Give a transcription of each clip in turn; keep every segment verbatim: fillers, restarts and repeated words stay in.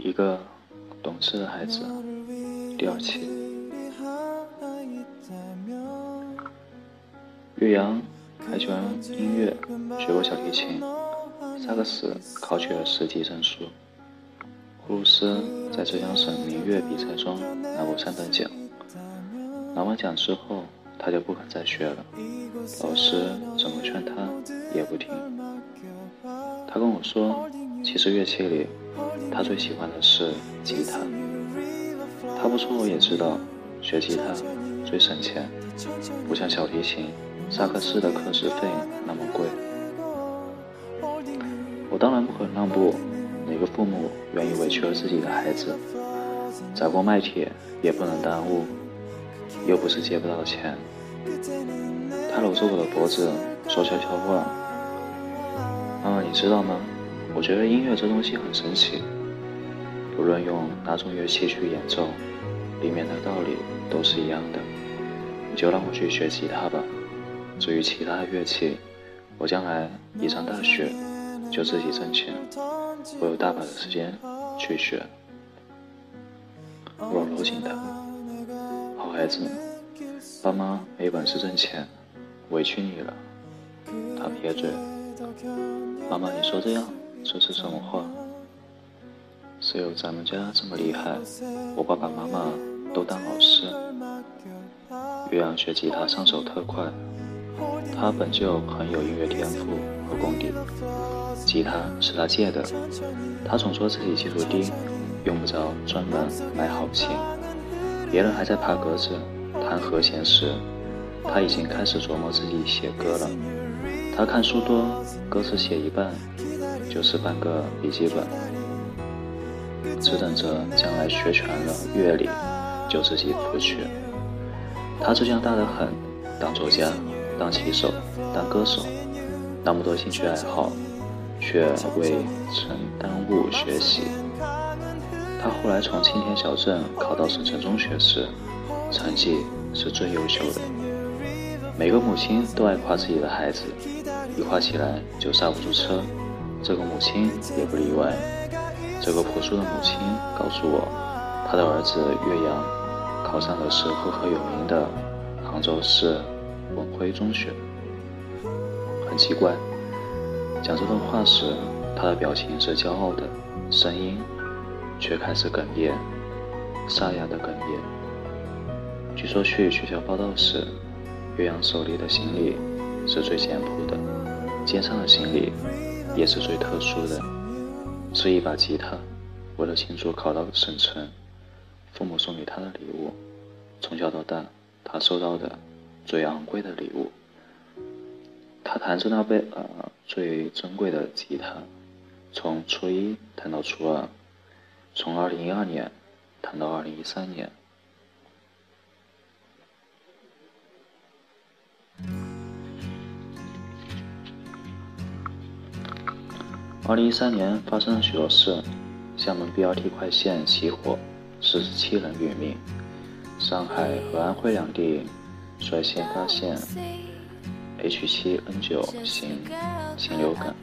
一个懂事的孩子，第二期。岳阳还喜欢音乐，学过小提琴，萨克斯考取了十级证书，葫芦丝在浙江省民乐比赛中拿过三等奖。拿完奖之后，他就不肯再学了，老师怎么劝他也不听。他跟我说，其实乐器里他最喜欢的是吉他。他不说我也知道，学吉他最省钱，不像小提琴、萨克斯的课时费那么贵。我当然不肯让步，哪个父母愿意委屈了自己的孩子？砸锅卖铁也不能耽误，又不是借不到钱。他搂着我的脖子说悄悄话：妈妈，你知道吗？我觉得音乐这东西很神奇，无论用哪种乐器去演奏，里面的道理都是一样的。你就让我去学吉他吧，至于其他的乐器，我将来一上大学就自己挣钱，我有大把的时间去学。我搂紧他：好孩子，爸妈没本事挣钱，委屈你了。他撇嘴：妈妈，你说这样这是什么话？只有咱们家这么厉害，我爸爸妈妈都当老师。岳阳学吉他上手特快，他本就很有音乐天赋和功底，吉他是他借的，他总说自己技术低，用不着专门买好琴。别人还在爬格子弹和弦时，他已经开始琢磨自己写歌了。他看书多，歌词写一半就是半个笔记本，只等着将来学全了乐理就自己谱曲。他志向大得很，当作家，当棋手，当歌手，那么多兴趣爱好，却未曾耽误学习。他后来从青田小镇考到省城中学时，成绩是最优秀的。每个母亲都爱夸自己的孩子，一夸起来就刹不住车，这个母亲也不例外。这个朴素的母亲告诉我，她的儿子岳阳考上的是赫赫有名的杭州市文晖中学。很奇怪，讲这段话时，他的表情是骄傲的，声音却开始哽咽，沙哑的哽咽。据说去学校报到时，岳阳手里的行李是最简朴的，肩上的行李也是最特殊的，是一把吉他。为了庆祝考到省城，父母送给他的礼物，从小到大他收到的最昂贵的礼物。他弹着那杯呃最珍贵的吉他，从初一弹到初二，从二零一二年弹到二零一三年。二零一三年发生了许多事，厦门 B R T 快线起火，四十七人殒命。上海和安徽两地率先发现 H 七 N 九 型禽流感。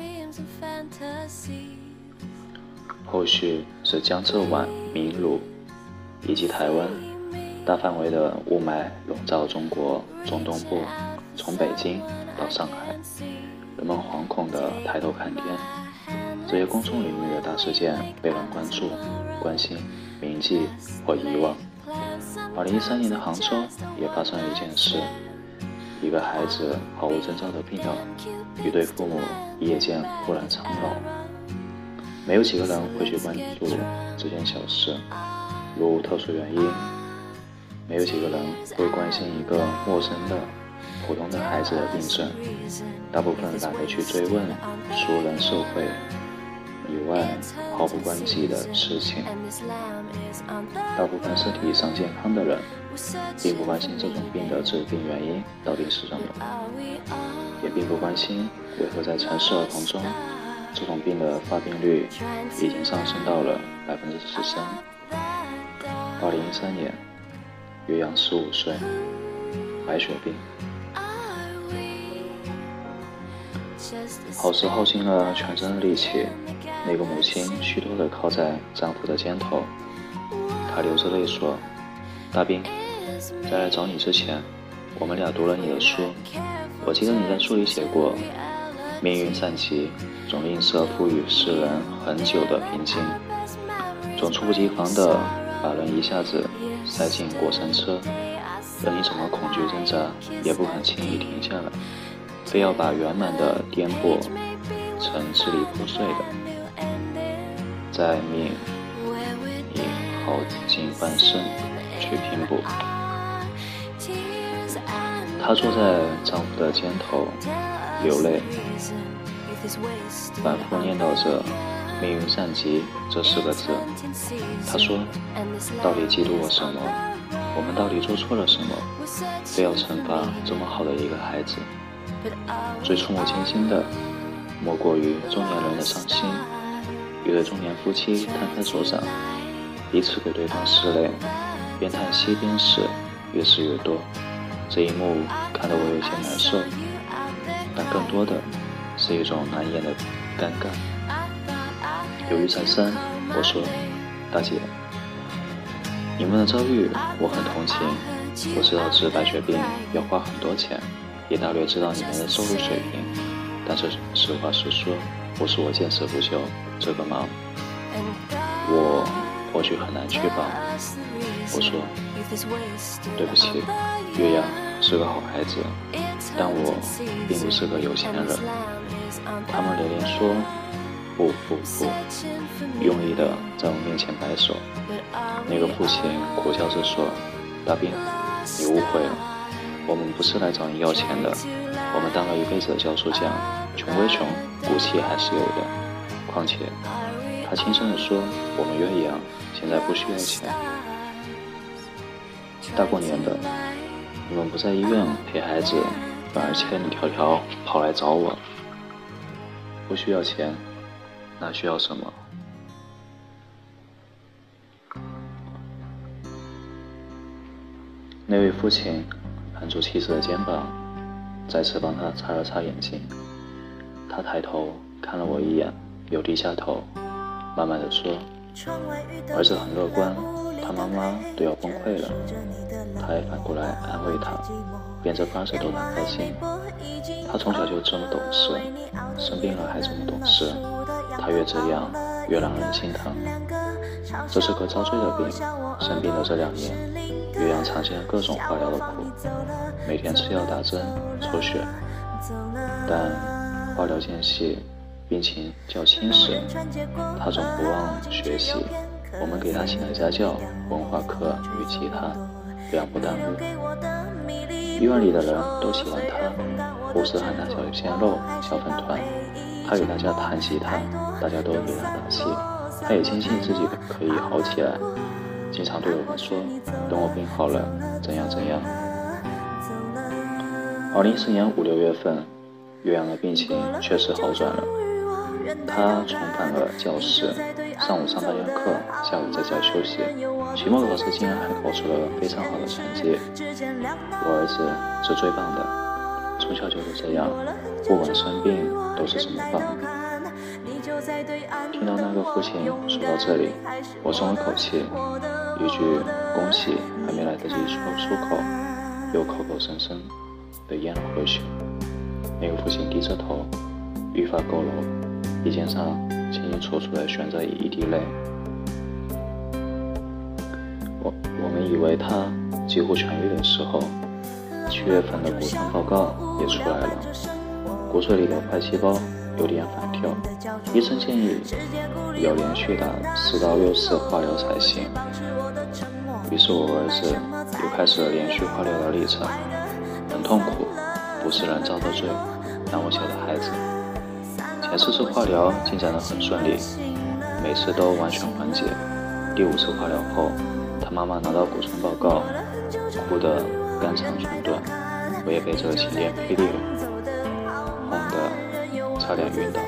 后续是江浙皖、闽鲁以及台湾，大范围的雾霾笼罩中国中东部，从北京到上海，人们惶恐地抬头看天。这些公众领域的大事件被人关注、关心、铭记或遗忘。二零一三年的杭州也发生了一件事，一个孩子毫无征兆的病了，一对父母夜间忽然苍老。没有几个人会去关注这件小事，如无特殊原因，没有几个人会关心一个陌生的普通的孩子的病症。大部分懒得去追问熟人社会以外毫不关己的事情。大部分身体上健康的人并不关心这种病的致病原因到底是什么，也并不关心为何在城市儿童中这种病的发病率已经上升到了百分之十三。二零一三年，岳阳十五岁，白血病。 耗时耗尽了全身的力气，那个母亲虚脱地靠在丈夫的肩头，她流着泪说：大兵，在来找你之前，我们俩读了你的书，我记得你在书里写过，命运善极，总吝啬赋予世人很久的平静，总猝不及防地把人一下子塞进过山车，任你怎么恐惧挣扎，也不肯轻易停下来，非要把圆满的颠簸成支离破碎的，在命以耗尽半生去拼搏。她坐在丈夫的肩头流泪，反复念叨着命运善极这四个字。她说，到底嫉妒我什么？我们到底做错了什么？非要惩罚这么好的一个孩子？最触目惊心的莫过于中年人的伤心，一对中年夫妻摊开手掌，彼此给对方拭泪，边叹息边拭，越拭越多。这一幕看得我有些难受，但更多的是一种难言的尴尬。犹豫再三，我说，大姐，你们的遭遇我很同情，我知道治白血病要花很多钱，也大略知道你们的收入水平，但是实话实说，不是我见死不救，这个忙我或许很难去帮。我说，对不起，月阳是个好孩子，但我并不是个有钱人。他们连连说不不不，用力的在我面前摆手。那个父亲苦笑着说，大兵，你误会了，我们不是来找你要钱的，我们当了一辈子的教书匠，穷归穷，骨气还是有的。况且他轻声地说，我们岳阳现在不需要钱。大过年的，你们不在医院陪孩子，反而千里迢迢跑来找我。不需要钱，那需要什么？那位父亲按住妻子的肩膀，再次帮她擦了擦眼睛。他抬头看了我一眼，又低下头，慢慢地说，儿子很乐观，他妈妈都要崩溃了。他还反过来安慰他，变着法子逗他开心。他从小就这么懂事，生病了还这么懂事，他越这样越让人心疼。这是个遭罪的病，生病的这两年，岳阳尝尽了各种化疗的苦，每天吃药打针抽血，但化疗间隙病情较轻时，他总不忘学习。我们给他请了家教，文化课与吉他，两不耽误。医院里的人都喜欢他，护士喊他小鲜肉、小粉团，他给大家弹吉他，大家都给他打气。他也坚信自己可以好起来，经常对我们说，等我病好了，怎样怎样。二零一四年五六月份，岳阳的病情确实好转了，他重返了教室，上午上八节课，下午在家休息。期末考试竟然还考出了非常好的成绩。我儿子是最棒的，从小就是这样，不管生病都是这么棒。听到那个父亲说到这里，我松了口气，一句恭喜还没来得及说出口，又口口声声被咽了回去。那个父亲低着头，欲发佝偻，鼻尖上清清楚楚地悬着一滴泪。我我们以为他几乎痊愈的时候，七月份的骨传报告也出来了，骨髓里的坏细胞有点反跳，医生建议要连续打四到六次化疗才行。于是我儿子又开始了连续化疗的历程，很痛苦，不是人遭的罪，但我小的孩子。前四次化疗进展得很顺利，每次都完全缓解。第五次化疗后，他妈妈拿到骨传报告，哭得肝肠寸断，我也被这晴天霹雳了，轰得差点晕倒。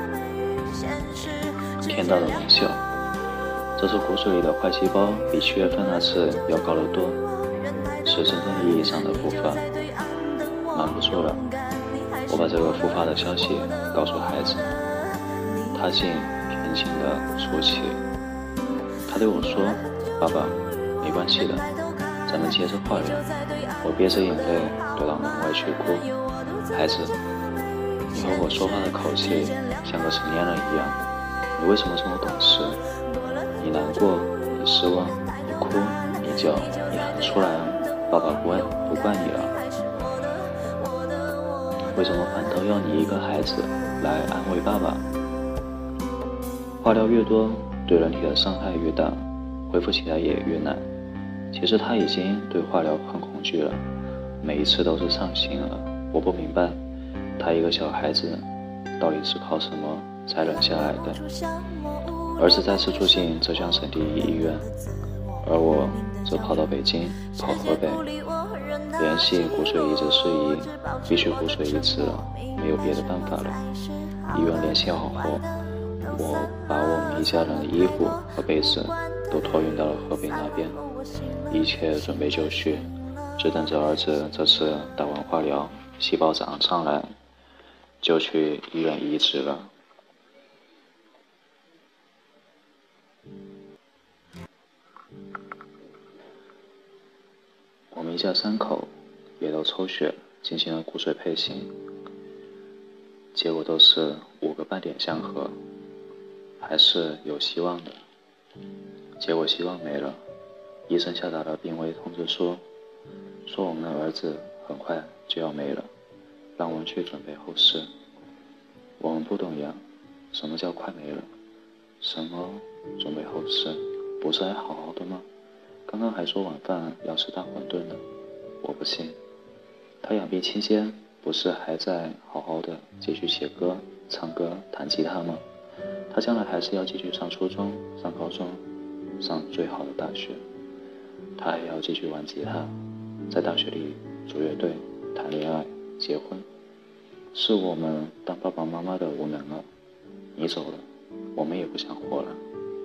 天大的玩笑，这次骨髓里的坏细胞比七月份那次要高得多，是真正意义上的复发。瞒不住了， 我把这个复发的消息告诉孩子，他竟平静地说起。他对我说：“爸爸，没关系的，咱们接着化疗。”我憋着眼泪躲到门外去哭。孩子，你和我说话的口气像个成年人一样，你为什么这么懂事？你难过，你失望，你哭，你叫，你喊出来啊！爸爸不怪不怪你了。为什么反倒要你一个孩子来安慰爸爸？化疗越多，对人体的伤害越大，恢复起来也越难。其实他已经对化疗很恐惧了，每一次都是上心了。我不明白，他一个小孩子，到底是靠什么才忍下来的？儿子再次住进浙江省第一医院，而我则跑到北京，跑河北，联系骨髓移植事宜，必须骨髓移植了，没有别的办法了。医院联系好后，我把我们一家人的衣服和被子都托运到了河北那边，一切准备就绪，只等着儿子这次打完化疗，细胞长上来，就去医院移植了。我们一家三口也都抽血进行了骨髓配型，结果都是五个半点相合，还是有希望的。结果希望没了，医生下达了病危通知书，说我们的儿子很快就要没了，让我们去准备后事。我们不懂呀，什么叫快没了？什么准备后事？不是还好好的吗？刚刚还说晚饭要吃大馄饨呢，我不信。他养病期间不是还在好好的继续写歌、唱歌、弹吉他吗？他将来还是要继续上初中、上高中、上最好的大学。他还要继续玩吉他，在大学里组乐队、谈恋爱、结婚。是我们当爸爸妈妈的无能了。你走了，我们也不想活了。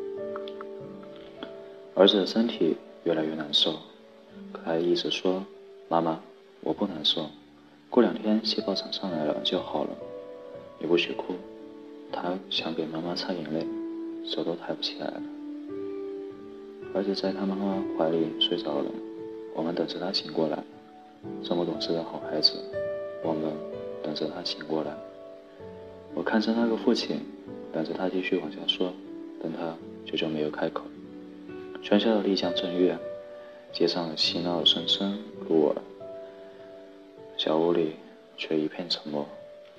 儿子的身体越来越难受，可他一直说：“妈妈，我不难受，过两天细胞长上来了就好了，你不许哭。”他想给妈妈擦眼泪，手都抬不起来了。儿子在他妈妈怀里睡着了，我们等着他醒过来。这么懂事的好孩子，我们等着他醒过来。我看着那个父亲，等着他继续往下说，但他久久没有开口。喧嚣的丽江正月，街上的嬉闹声声入耳，小屋里却一片沉默。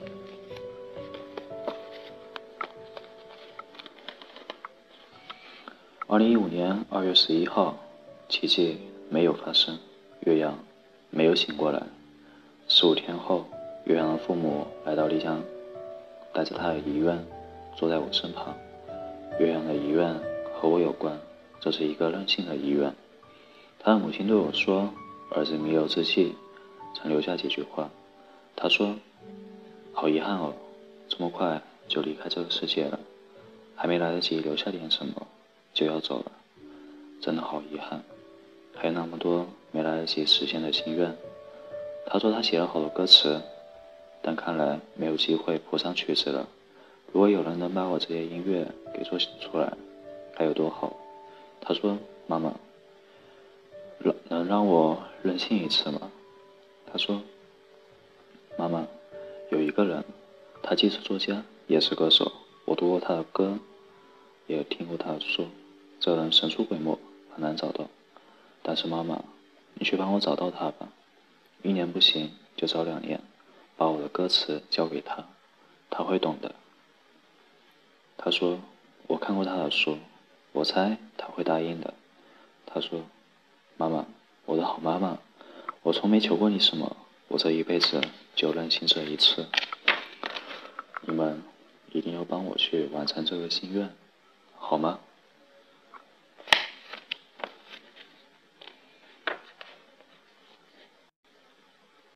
二零一五年二月十一号，奇迹没有发生，岳阳没有醒过来。十五天后，岳阳的父母来到丽江，带着他的遗愿，坐在我身旁。岳阳的遗愿和我有关，这是一个任性的遗愿。他的母亲对我说，儿子弥留之际曾留下几句话。他说：“好遗憾哦，这么快就离开这个世界了，还没来得及留下点什么，就要走了，真的好遗憾，还有那么多没来得及实现的心愿。”他说他写了好多歌词，但看来没有机会谱上曲子了。如果有人能把我这些音乐给做出来，该有多好。他说：“妈妈，能让我任性一次吗？”他说：“妈妈，有一个人，他既是作家也是歌手，我读过他的歌，也听过他的书，这人神出鬼没，很难找到。但是妈妈，你去帮我找到他吧，一年不行就找两年，把我的歌词交给他，他会懂的。”他说：“我看过他的书，我猜他会答应的。”他说：“妈妈，我的好妈妈，我从没求过你什么，我这一辈子就任性这一次。你们一定要帮我去完成这个心愿，好吗？”